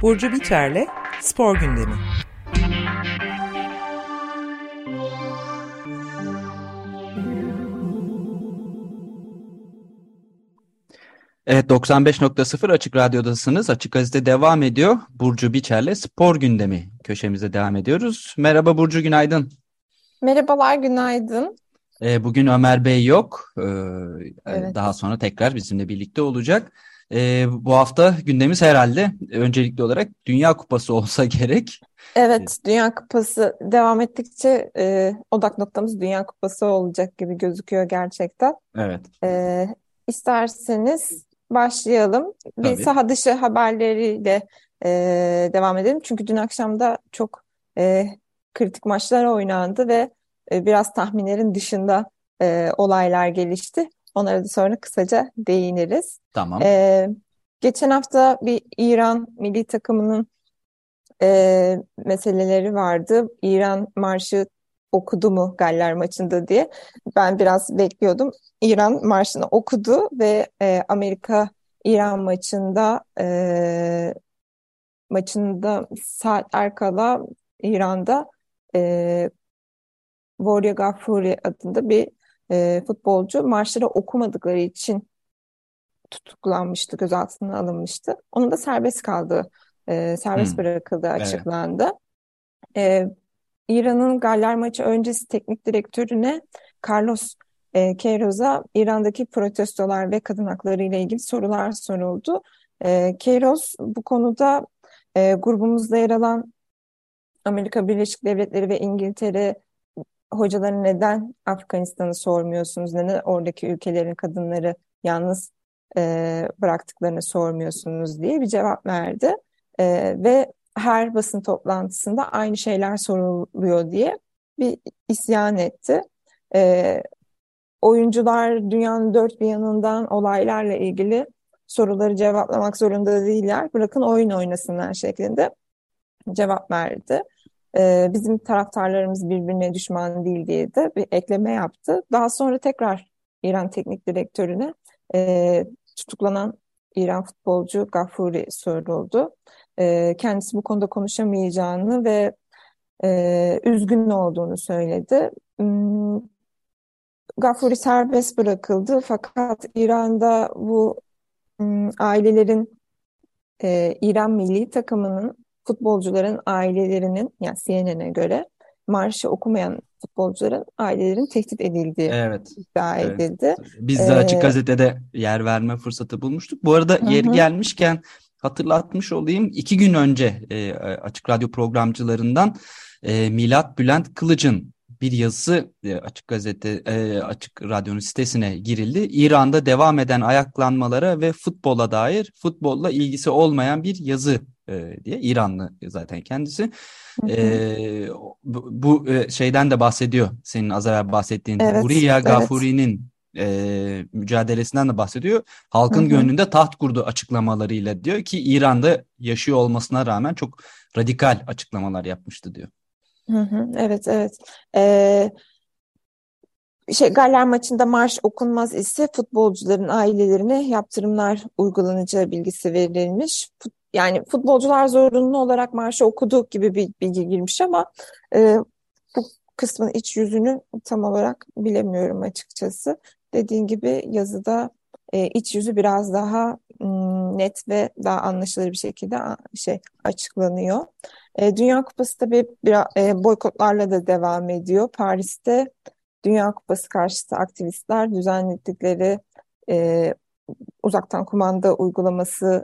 Burcu Biterle Spor Gündemi. Evet, 95.0 Açık Radyo'dasınız. Açık Gazete devam ediyor. Burcu Biçer'le Spor Gündemi köşemize devam ediyoruz. Merhaba Burcu, günaydın. Merhabalar, günaydın. Bugün Ömer Bey yok. Daha Evet, sonra tekrar bizimle birlikte olacak. Bu hafta gündemimiz herhalde öncelikli olarak Dünya Kupası olsa gerek. Ee, evet, Dünya Kupası devam ettikçe odak noktamız Dünya Kupası olacak gibi gözüküyor gerçekten. Evet, E, isterseniz başlayalım. Bir tabii. saha dışı haberleriyle devam edelim. Çünkü dün akşam da çok e, kritik maçlar oynandı ve biraz tahminlerin dışında olaylar gelişti. Onlara da sonra kısaca değiniriz. Tamam. E, geçen hafta bir İran milli takımının meseleleri vardı. İran marşı okudu mu Galler maçında diye. Ben biraz bekliyordum. İran marşını okudu ve Amerika İran maçında saatler kala İran'da e, Vorya Gafuri adında bir futbolcu marşları okumadıkları için tutuklanmıştı, gözaltına alınmıştı. Onun da serbest kaldığı, serbest Hmm, bırakıldığı evet. açıklandı. E, İran'ın Galler maçı öncesi teknik direktörüne Carlos Queiroz'a İran'daki protestolar ve kadın hakları ile ilgili sorular soruldu. Queiroz bu konuda grubumuzda yer alan Amerika Birleşik Devletleri ve İngiltere hocaları neden Afganistan'ı sormuyorsunuz? Neden oradaki ülkelerin kadınları yalnız bıraktıklarını sormuyorsunuz diye bir cevap verdi. Ve her basın toplantısında aynı şeyler soruluyor diye bir isyan etti. E, oyuncular dünyanın dört bir yanından olaylarla ilgili soruları cevaplamak zorunda değiller. Bırakın oyun oynasınlar şeklinde cevap verdi. Bizim taraftarlarımız birbirine düşman değil diye de bir ekleme yaptı. Daha sonra tekrar İran teknik direktörüne tutuklanan İran futbolcu Gafuri soruldu. Kendisi bu konuda konuşamayacağını ve üzgün olduğunu söyledi. Gafuri serbest bırakıldı fakat İran'da bu ailelerin İran milli takımının futbolcuların ailelerinin yani CNN'e göre marşı okumayan futbolcuların ailelerin tehdit edildiği Evet. iddia Evet. edildi. Biz de Açık E, Gazete'de yer verme fırsatı bulmuştuk. Bu arada hı yeri hı, gelmişken hatırlatmış olayım. 2 gün önce Açık Radyo programcılarından Milat Bülent Kılıç'ın bir yazısı Açık Gazete, Açık Radyo'nun sitesine girildi. İran'da devam eden ayaklanmalara ve futbola dair futbolla ilgisi olmayan bir yazı diye. İranlı zaten kendisi. hı hı. Şeyden de bahsediyor. Senin az evvel bahsettiğin Evet, Huriye evet. Gafuri'nin mücadelesinden de bahsediyor. Hı Halkın hı, gönlünde taht kurdu açıklamalarıyla diyor ki İran'da yaşıyor olmasına rağmen çok radikal açıklamalar yapmıştı diyor. hı hı. Evet, evet. E, Galler maçında marş okunmaz ise futbolcuların ailelerine yaptırımlar uygulanacağı bilgisi verilmiş. Yani futbolcular zorunlu olarak marşı okudu gibi bir bilgi girmiş ama e, bu kısmın iç yüzünü tam olarak bilemiyorum açıkçası. Dediğin gibi yazıda iç yüzü biraz daha net ve daha anlaşılır bir şekilde açıklanıyor. Dünya Kupası tabii boykotlarla da devam ediyor. Paris'te Dünya Kupası karşıtı aktivistler düzenledikleri e, uzaktan kumanda uygulaması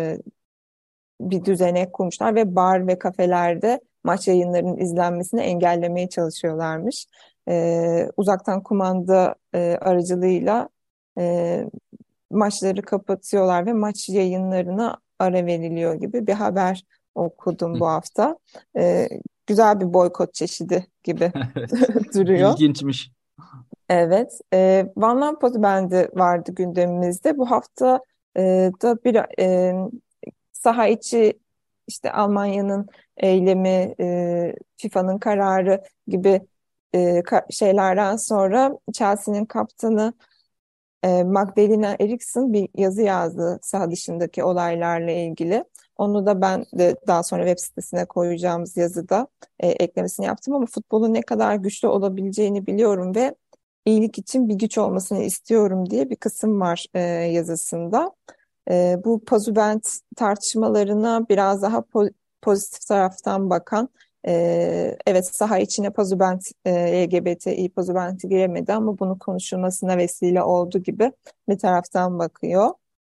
bir düzenek kurmuşlar ve bar ve kafelerde maç yayınlarının izlenmesini engellemeye çalışıyorlarmış. Uzaktan kumanda aracılığıyla e, maçları kapatıyorlar ve maç yayınlarına ara veriliyor gibi bir haber okudum Hı. bu hafta. E, güzel bir boykot çeşidi gibi Evet. duruyor. İlginçmiş. Evet, Van Lampard Bendi vardı gündemimizde. Bu hafta da bir saha içi işte Almanya'nın eylemi, FIFA'nın kararı gibi şeylerden sonra Chelsea'nin kaptanı Magdalena Eriksson bir yazı yazdı saha dışındaki olaylarla ilgili. Onu da ben de daha sonra web sitesine koyacağımız yazıda eklemesini yaptım ama futbolun ne kadar güçlü olabileceğini biliyorum ve iyilik için bir güç olmasını istiyorum diye bir kısım var yazısında. Bu Pazubent tartışmalarına biraz daha pozitif taraftan bakan, evet saha içine Pazubent, LGBTİ Pazubent'i giremedi ama bunu konuşulmasına vesile oldu gibi bir taraftan bakıyor.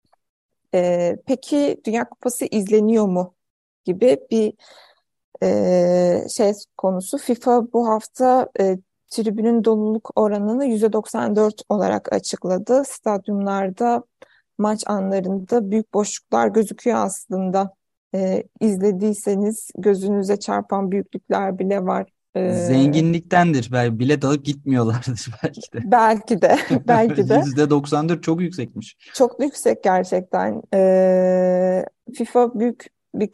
Peki Dünya Kupası izleniyor mu gibi bir şey konusu. FIFA bu hafta tribünün doluluk oranını %94 olarak açıkladı. Stadyumlarda maç anlarında büyük boşluklar gözüküyor aslında. İzlediyseniz gözünüze çarpan büyüklükler bile var. Zenginliktendir. Belki bilet alıp gitmiyorlardır belki de. Belki de, belki de. %94 çok yüksekmiş. Çok yüksek gerçekten. FIFA büyük bir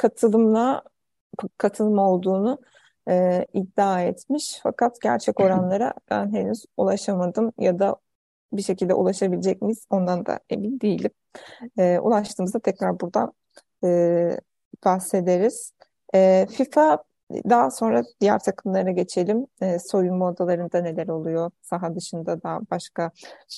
katılım olduğunu iddia etmiş. Fakat gerçek oranlara ben henüz ulaşamadım ya da bir şekilde ulaşabilecek miyiz ondan da emin değilim. Ulaştığımızda tekrar buradan bahsederiz. FIFA daha sonra diğer takımlara geçelim. Soyunma odalarında neler oluyor? Saha dışında da başka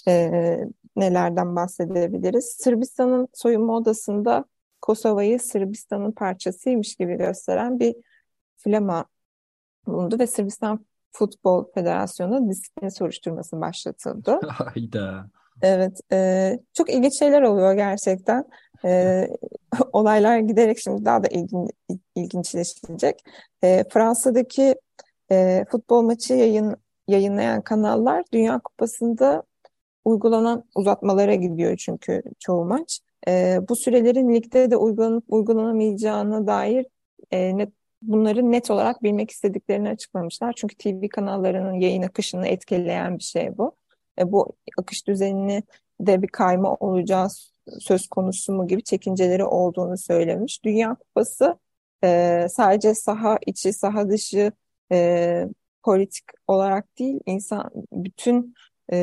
nelerden bahsedebiliriz? Sırbistan'ın soyunma odasında Kosova'yı Sırbistan'ın parçasıymış gibi gösteren bir flama bulundu ve Sırbistan Futbol Federasyonu disiplin soruşturması başlatıldı. Hayda. Evet, çok ilginç şeyler oluyor gerçekten. E, Olaylar giderek şimdi daha da ilginçleşecek. Fransa'daki futbol maçı yayınlayan kanallar Dünya Kupası'nda uygulanan uzatmalara gidiyor çünkü çoğu maç. Bu sürelerin ligde de uygulanıp uygulanamayacağına dair bunları net olarak bilmek istediklerini açıklamışlar. Çünkü TV kanallarının yayın akışını etkileyen bir şey bu. Bu akış düzenini de bir kayma olacağı söz konusu mu gibi çekinceleri olduğunu söylemiş. Dünya Kupası sadece saha içi, saha dışı politik olarak değil, bütün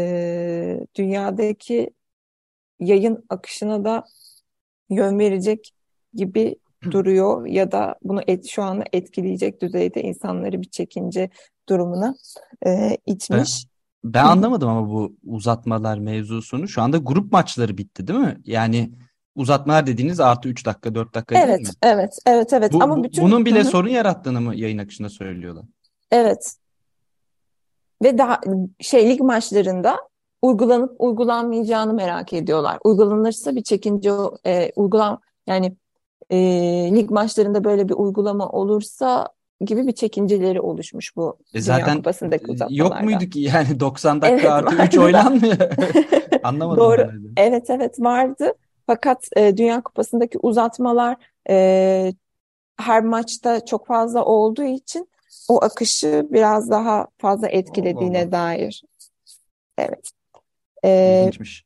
dünyadaki yayın akışına da yön verecek gibi duruyor ya da bunu şu anda etkileyecek düzeyde insanları bir çekince durumuna Ben, itmiş. ben anlamadım ama bu uzatmalar mevzusunu. Şu anda grup maçları bitti değil mi? Yani uzatmalar dediğiniz artı 3 dakika 4 dakika değil mi? Evet, evet, evet, evet. Ama Bunun Hı bile hı, sorun yarattığını mı yayın akışında söylüyorlar? evet. Ve daha lig maçlarında uygulanıp uygulanmayacağını merak ediyorlar. Uygulanırsa bir çekince yani e, lig maçlarında böyle bir uygulama olursa gibi bir çekinceleri oluşmuş bu Dünya Zaten Kupası'ndaki yok uzatmalarda. muydu ki yani 90 dakika Evet artı 3 vardı. oynanmıyor. Anlamadım Doğru. ben de. Evet, evet vardı. Fakat Dünya Kupası'ndaki uzatmalar e, her maçta çok fazla olduğu için o akışı biraz daha fazla Allah Allah. etkilediğine dair. Evet. E, İlginçmiş.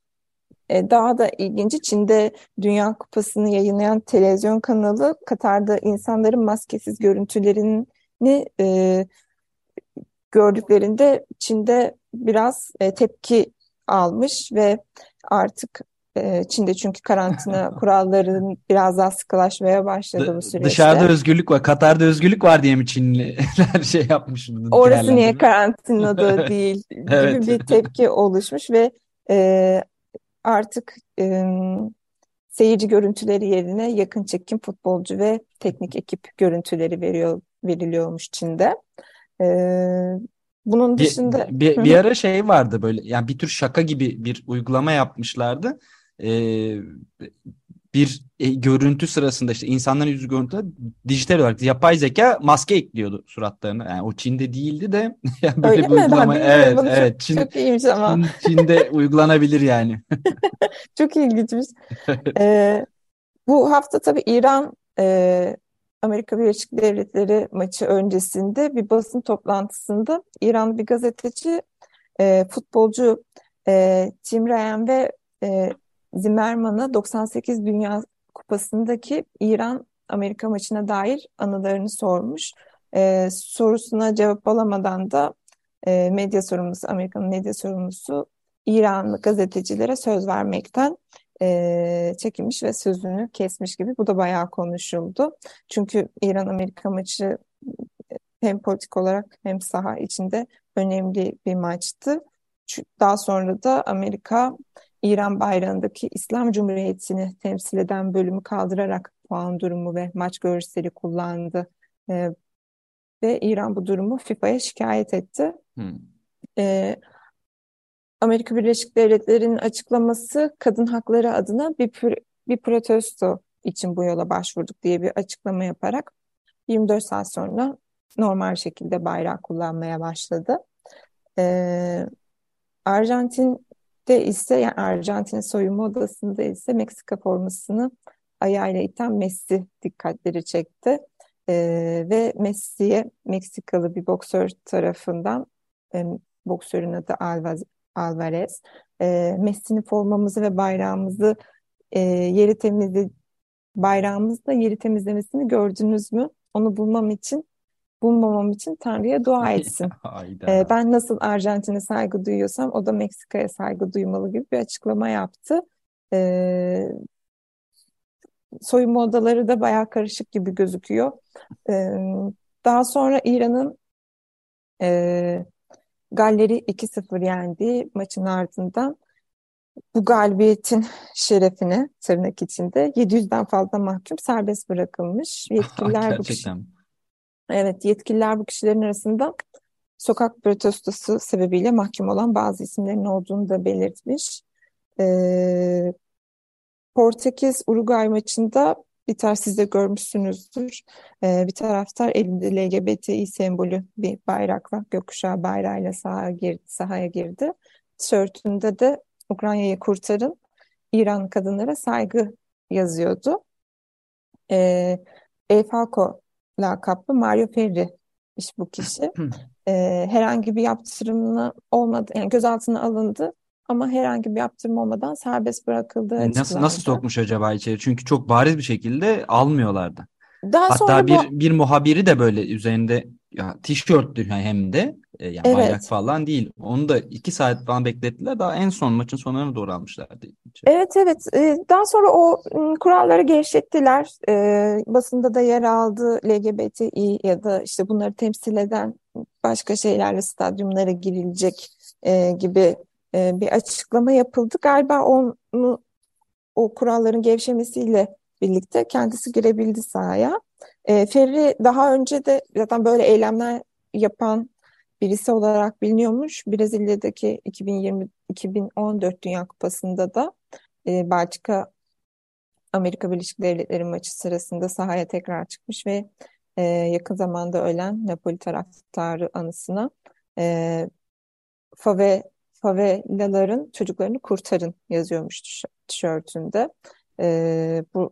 Daha da ilginci, Çin'de Dünya Kupası'nı yayınlayan televizyon kanalı Katar'da insanların maskesiz görüntülerini e, gördüklerinde Çin'de biraz tepki almış ve artık Çin'de çünkü karantina kurallarının biraz daha sıkılaşmaya başladı bu Dışarıda süreçte. özgürlük var. Katar'da özgürlük var diye mi Çinliler şey yapmış bunu Orası niye değerlendirme? karantinada değil gibi Evet. bir tepki oluşmuş ve e, artık seyirci görüntüleri yerine yakın çekim futbolcu ve teknik ekip görüntüleri veriliyormuş Çin'de. Ee, Bunun Bir, dışında bir, Hı bir hı. ara şey vardı böyle yani bir tür şaka gibi bir uygulama yapmışlardı. Ee, bir görüntü sırasında işte insanların yüzü görüntüde dijital olarak yapay zeka maske ekliyordu suratlarına. Yani o Çin'de değildi de yani böyle Öyle bir mi? Ben uygulama bilmiyordum evet bunu. Çok evet çok iyiymiş ama Çin'de uygulanabilir yani. çok ilginçmiş. Ee, Bu hafta tabii İran Amerika Birleşik Devletleri maçı öncesinde bir basın toplantısında İran bir gazeteci futbolcu Tim Ryan ve e, Zimmerman'a 98 Dünya Kupası'ndaki İran-Amerika maçına dair anılarını sormuş. Sorusuna cevap alamadan da medya sorumlusu, Amerika'nın medya sorumlusu İranlı gazetecilere söz vermekten çekilmiş ve sözünü kesmiş gibi. Bu da bayağı konuşuldu. Çünkü İran-Amerika maçı hem politik olarak hem saha içinde önemli bir maçtı. Daha sonra da Amerika İran bayrağındaki İslam Cumhuriyeti'ni temsil eden bölümü kaldırarak puan durumu ve maç görseli kullandı. Ee, Ve İran bu durumu FIFA'ya şikayet etti. Hmm. Ee, Amerika Birleşik Devletleri'nin açıklaması kadın hakları adına bir protesto için bu yola başvurduk diye bir açıklama yaparak 24 saat sonra normal şekilde bayrak kullanmaya başladı. Ee, Arjantin'de ise yani Arjantin soyunma odasında ise Meksika formasını ayağıyla iten Messi dikkatleri çekti. Ve Messi'ye Meksikalı bir boksör tarafından boksörün adı Alvarez Messi'nin formamızı ve bayrağımızı yeri temizle bayrağımızda yeri temizlemesini gördünüz mü? Onu bulmamam için Tanrı'ya dua etsin. Hayda. Ben nasıl Arjantin'e saygı duyuyorsam o da Meksika'ya saygı duymalı gibi bir açıklama yaptı. Ee, Soyunma odaları da bayağı karışık gibi gözüküyor. Ee, Daha sonra İran'ın e, Galler'i 2-0 yendiği maçın ardından bu galibiyetin şerefine tırnak içinde 700'den fazla mahkum serbest bırakılmış. Gerçekten. Evet, yetkililer bu kişilerin arasında sokak protestosu sebebiyle mahkum olan bazı isimlerin olduğunu da belirtmiş. Ee, Portekiz-Uruguay maçında siz de görmüşsünüzdür. Bir taraftar elinde LGBTİ sembolü bir bayrakla, gökkuşağı bayrağıyla sahaya girdi. Tişörtünde de Ukrayna'yı kurtarın, İran kadınlara saygı yazıyordu. El Falco lakaplı Mario Ferri bu kişi. Herhangi bir yaptırımı olmadı, yani gözaltına alındı ama herhangi bir yaptırım olmadan serbest bırakıldığı Nasıl açıklandı. sokmuş acaba içeri? Çünkü çok bariz bir şekilde almıyorlardı. Daha Hatta sonra bir muhabiri de böyle üzerinde ya tişörttü hem de yani bayrak evet, falan değil. Onu da 2 saat falan beklettiler. Daha en son maçın sonlarına doğru almışlardı içeri. evet. Daha sonra kuralları gevşettiler. Basında da yer aldı. LGBTİ ya da işte bunları temsil eden başka şeylerle stadyumlara girilecek gibi bir açıklama yapıldı. Galiba o kuralların gevşemesiyle birlikte kendisi girebildi sahaya. Ferri daha önce de zaten böyle eylemler yapan birisi olarak biliniyormuş. Brezilya'daki 2020-2014 Dünya Kupası'nda da Belçika Amerika Birleşik Devletleri maçı sırasında sahaya tekrar çıkmış ve yakın zamanda ölen Napoli taraftarı anısına e, fave, favelaların çocuklarını kurtarın yazıyormuş tişörtünde. Bu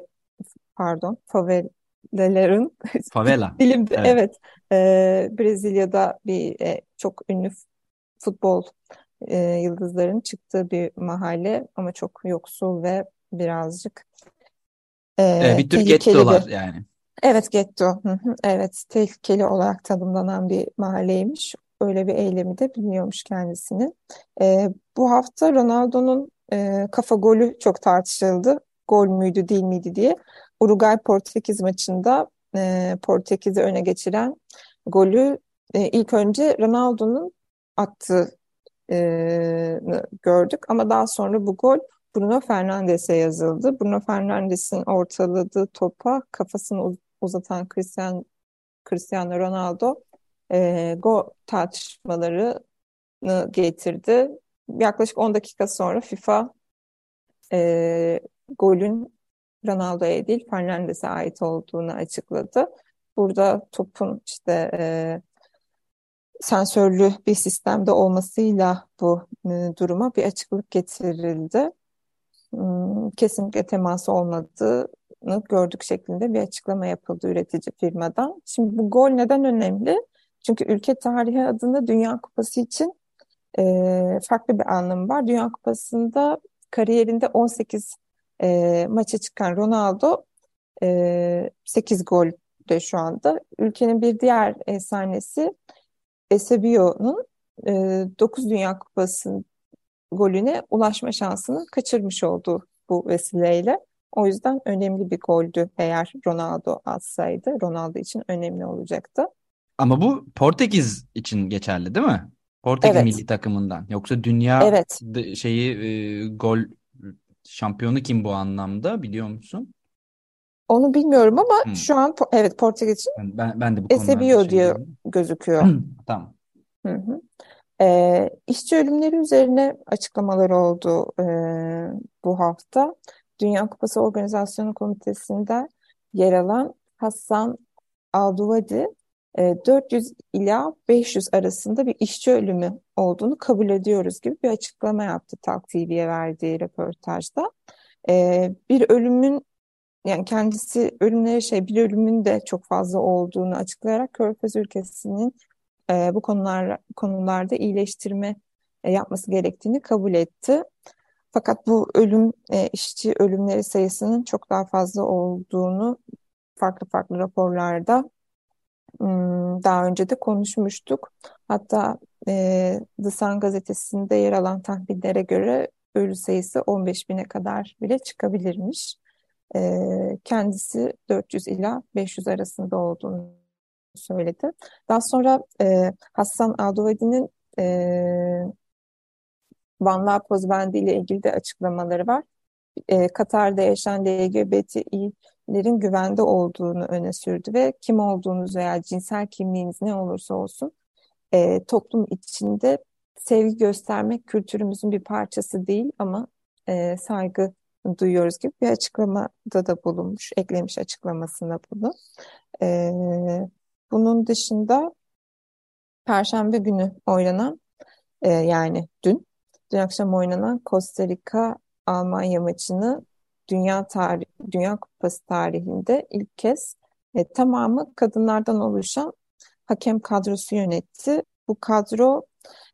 favelaların Favela. dilimde Evet. evet, Brezilya'da bir çok ünlü futbol yıldızların çıktığı bir mahalle ama çok yoksul ve birazcık Bir tür tehlikeli gettolar bir. yani. Evet, getto. Hı hı, evet, tehlikeli olarak tanımlanan bir mahalleymiş. Öyle bir eylemi de bilmiyormuş kendisinin. Bu hafta Ronaldo'nun kafa golü çok tartışıldı. Gol müydü değil miydi diye. Uruguay-Portekiz maçında Portekiz'i öne geçiren golü ilk önce Ronaldo'nun attığı gördük. Ama daha sonra bu gol Bruno Fernandes'e yazıldı. Bruno Fernandes'in ortaladığı topa kafasını uzatan Cristiano Ronaldo gol tartışmalarını getirdi. Yaklaşık 10 dakika sonra FIFA e, golün Ronaldo'ya değil Fernandes'e ait olduğunu açıkladı. Burada topun işte sensörlü bir sistemde olmasıyla bu duruma bir açıklık getirildi. Kesinlikle teması olmadığını gördük şeklinde bir açıklama yapıldı üretici firmadan. Şimdi bu gol neden önemli? Çünkü ülke tarihi adına Dünya Kupası için farklı bir anlamı var. Dünya Kupası'nda kariyerinde 18 maça çıkan Ronaldo 8 gol de şu anda. Ülkenin bir diğer efsanesi Eusebio'nun 9 Dünya Kupası golüne ulaşma şansını kaçırmış olduğu bu vesileyle. O yüzden önemli bir goldü. Eğer Ronaldo atsaydı, Ronaldo için önemli olacaktı. Ama bu Portekiz için geçerli değil mi? Portekiz Evet, milli takımından. Yoksa dünya evet. gol şampiyonu kim bu anlamda biliyor musun? Onu bilmiyorum ama Hmm. şu an evet, Portekiz için Ben de bu konularda Eusebio şey diye değilim. gözüküyor. Tamam. Hı hı. İşçi ölümleri üzerine açıklamaları oldu bu hafta. Dünya Kupası Organizasyonu Komitesi'nde yer alan Hassan Alduvadi 400 ila 500 arasında bir işçi ölümü olduğunu kabul ediyoruz gibi bir açıklama yaptı Talk TV'ye verdiği röportajda. Bir ölümün, yani kendisi ölümleri bir ölümün de çok fazla olduğunu açıklayarak Körfez ülkesinin bu konularda iyileştirme yapması gerektiğini kabul etti. Fakat bu işçi ölümleri sayısının çok daha fazla olduğunu farklı farklı raporlarda daha önce de konuşmuştuk. Hatta The Sun gazetesinde yer alan tahminlere göre ölü sayısı 15 bine kadar bile çıkabilirmiş. Kendisi 400 ila 500 arasında olduğunu söyledi. Daha sonra Hassan Alduvadi'nin One Love Pozbendi ile ilgili de açıklamaları var. Katar'da yaşayan LGBTİ'lerin güvende olduğunu öne sürdü ve kim olduğunuz veya cinsel kimliğiniz ne olursa olsun toplum içinde sevgi göstermek kültürümüzün bir parçası değil ama saygı duyuyoruz gibi bir açıklamada da bulunmuş, eklemiş açıklamasına bunu. E, Bunun dışında Perşembe günü oynanan dün akşam oynanan Costa Rica Almanya maçını Dünya Kupası tarihinde ilk kez tamamı kadınlardan oluşan hakem kadrosu yönetti. Bu kadro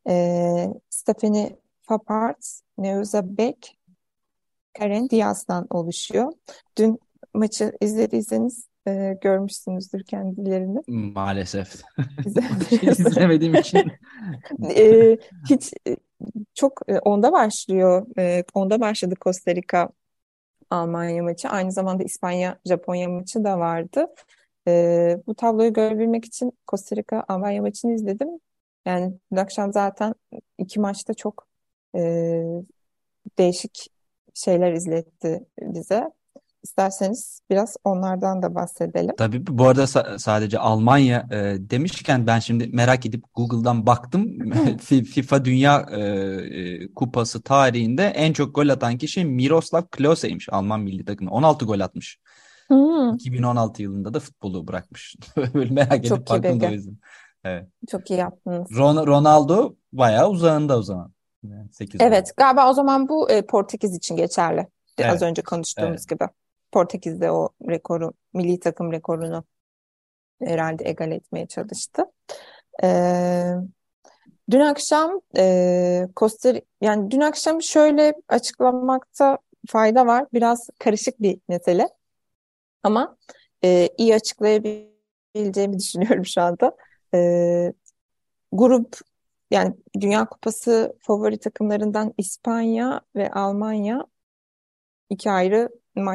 Stephanie Fappart, Neuza Beck, Karen Diaz'dan oluşuyor. Dün maçı izlediyseniz görmüşsünüzdür kendilerini. Maalesef. Maçı İzlemiyorsunuz. izlemediğim için. Hiç çok onda başlıyor. Onda başladı Costa Rica Almanya maçı. Aynı zamanda İspanya Japonya maçı da vardı. Bu tabloyu görebilmek için Costa Rica Almanya maçını izledim. Yani dün akşam zaten iki maçta çok e, değişik şeyler izletti bize. İsterseniz biraz onlardan da bahsedelim. Tabii bu arada sadece Almanya demişken ben şimdi merak edip Google'dan baktım. FIFA Dünya Kupası tarihinde en çok gol atan kişi Miroslav Klose'ymiş, Alman milli takımı. 16 gol atmış. Hmm, 2016 yılında da futbolu bırakmış. Böyle merak edip çok iyi baktım da o bilgi. yüzden. Evet. Çok iyi yaptınız. Ronaldo bayağı uzağında o zaman. Yani 8 gol. Evet, galiba o zaman bu Portekiz için geçerli. Az Evet. önce Evet. konuştuğumuz gibi. Portekiz'de o rekoru, milli takım rekorunu herhalde egal etmeye çalıştı. Ee, Dün akşam yani dün akşam şöyle açıklamakta fayda var. Biraz karışık bir mesele ama iyi açıklayabileceğimi düşünüyorum şu anda. Ee, Grup, yani Dünya Kupası favori takımlarından İspanya ve Almanya iki ayrı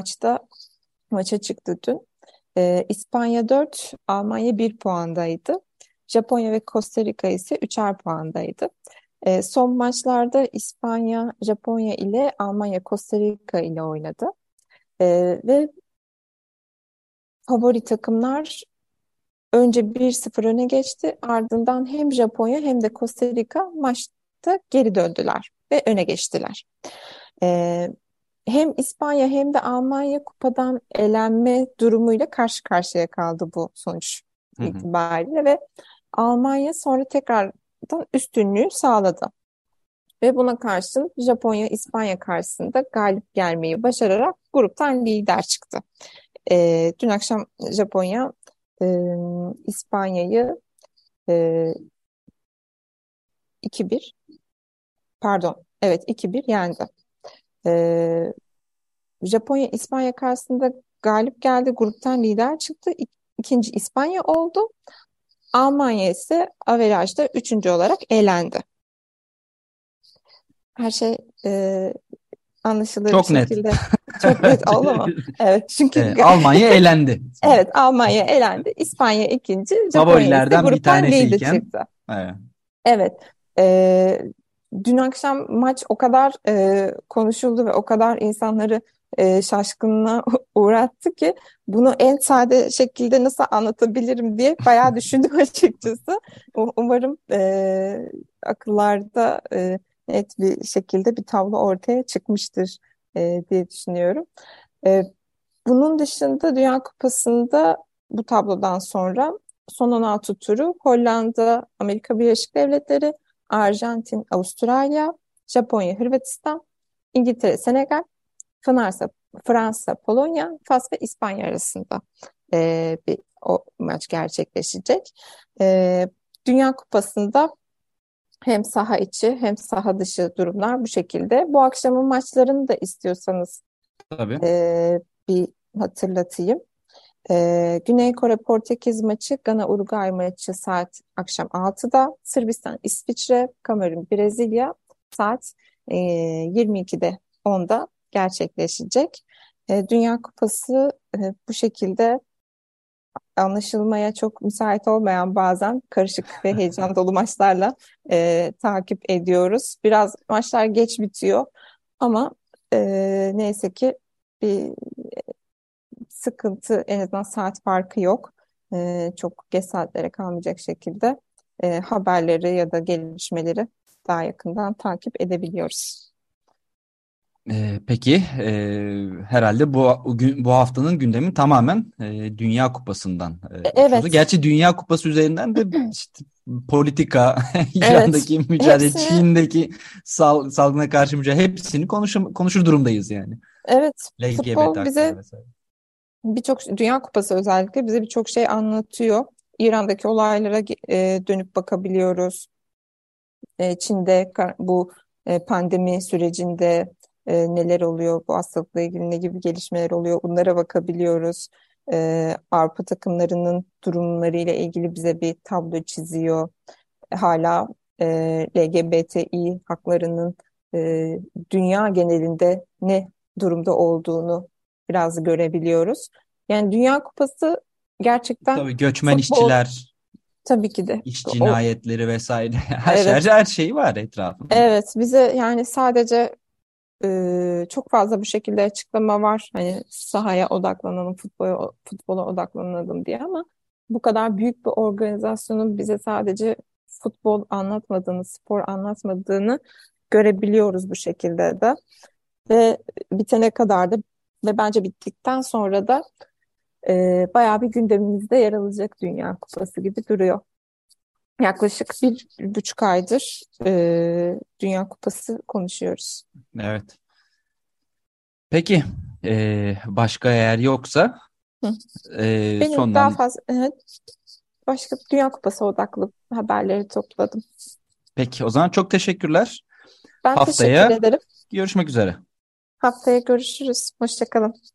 maça çıktı dün. İspanya 4, Almanya 1 puandaydı. Japonya ve Costa Rica ise 3'er puandaydı. Son maçlarda İspanya, Japonya ile Almanya, Costa Rica ile oynadı. Ve favori takımlar önce 1-0 öne geçti. Ardından hem Japonya hem de Costa Rica maçta geri döndüler ve öne geçtiler. Ee, Hem İspanya hem de Almanya kupadan elenme durumuyla karşı karşıya kaldı bu sonuç Hı hı. itibariyle ve Almanya sonra tekrardan üstünlüğü sağladı. Ve buna karşın Japonya İspanya karşısında galip gelmeyi başararak gruptan lider çıktı. Dün akşam Japonya e, İspanya'yı e, 2-1, pardon, evet, 2-1 yendi. E, Japonya İspanya karşısında galip geldi, gruptan lider çıktı. İkinci İspanya oldu. Almanya ise averajda üçüncü olarak elendi. Her şey anlaşılır bir Çok net. şekilde. Çok net oldu mu? Evet, çünkü Almanya elendi. evet, Almanya elendi. İspanya ikinci, Japonya ise Favorilerden bir gruptan lider tanesiyken. çıktı. Evet. Evet. Dün akşam maç o kadar konuşuldu ve o kadar insanları şaşkınlığa uğrattı ki bunu en sade şekilde nasıl anlatabilirim diye bayağı düşündüm açıkçası. Umarım akıllarda net bir şekilde bir tablo ortaya çıkmıştır diye düşünüyorum. E, Bunun dışında Dünya Kupası'nda bu tablodan sonra son 16 turu Hollanda, Amerika Birleşik Devletleri, Arjantin, Avustralya, Japonya, Hırvatistan, İngiltere, Senegal, Fransa, Polonya, Fas ve İspanya arasında bir o maç gerçekleşecek. E, Dünya Kupası'nda hem saha içi hem saha dışı durumlar bu şekilde. Bu akşamın maçlarını da istiyorsanız Tabii. bir hatırlatayım. Güney Kore Portekiz maçı, Gana Uruguay maçı saat akşam 6'da, Sırbistan İsviçre, Kamerun Brezilya saat 22'de 10'da gerçekleşecek. Dünya Kupası bu şekilde anlaşılmaya çok müsait olmayan, bazen karışık ve heyecan dolu maçlarla takip ediyoruz. Biraz maçlar geç bitiyor ama neyse ki bir sıkıntı, en azından saat farkı yok. Çok geç saatlere kalmayacak şekilde haberleri ya da gelişmeleri daha yakından takip edebiliyoruz. Peki herhalde bu haftanın gündemi tamamen Dünya Kupası'ndan konuşuyoruz. Evet, Gerçi Dünya Kupası üzerinden de işte politika, evet. İran'daki mücadele, Hepsini, Çin'deki salgına karşı mücadele hepsini konuşur durumdayız yani. evet. LGBT Futbol hakları bize vesaire. Dünya Kupası özellikle bize birçok şey anlatıyor. İran'daki olaylara dönüp bakabiliyoruz. Çin'de bu pandemi sürecinde neler oluyor, bu hastalıkla ilgili ne gibi gelişmeler oluyor, bunlara bakabiliyoruz. Avrupa takımlarının durumlarıyla ilgili bize bir tablo çiziyor. Hala LGBTİ haklarının dünya genelinde ne durumda olduğunu biraz görebiliyoruz. Yani Dünya Kupası gerçekten Tabii göçmen futbol, işçiler, tabii ki de iş o, cinayetleri vesaire evet, her şey var etrafında. evet, bize yani sadece çok fazla bu şekilde açıklama var. Hani sahaya odaklanalım, futbola odaklanalım diye, ama bu kadar büyük bir organizasyonun bize sadece futbol anlatmadığını, spor anlatmadığını görebiliyoruz bu şekilde de. Ve bitene kadar da ve bence bittikten sonra da bayağı bir gündemimizde yer alacak Dünya Kupası gibi duruyor. Yaklaşık 1,5 aydır Dünya Kupası konuşuyoruz. Evet. Peki başka eğer yoksa Hı. Benim daha sondan fazla başka Dünya Kupası odaklı haberleri topladım. peki o zaman çok teşekkürler. Ben teşekkür Haftaya ederim. görüşmek üzere. Haftaya görüşürüz. Hoşça kalın.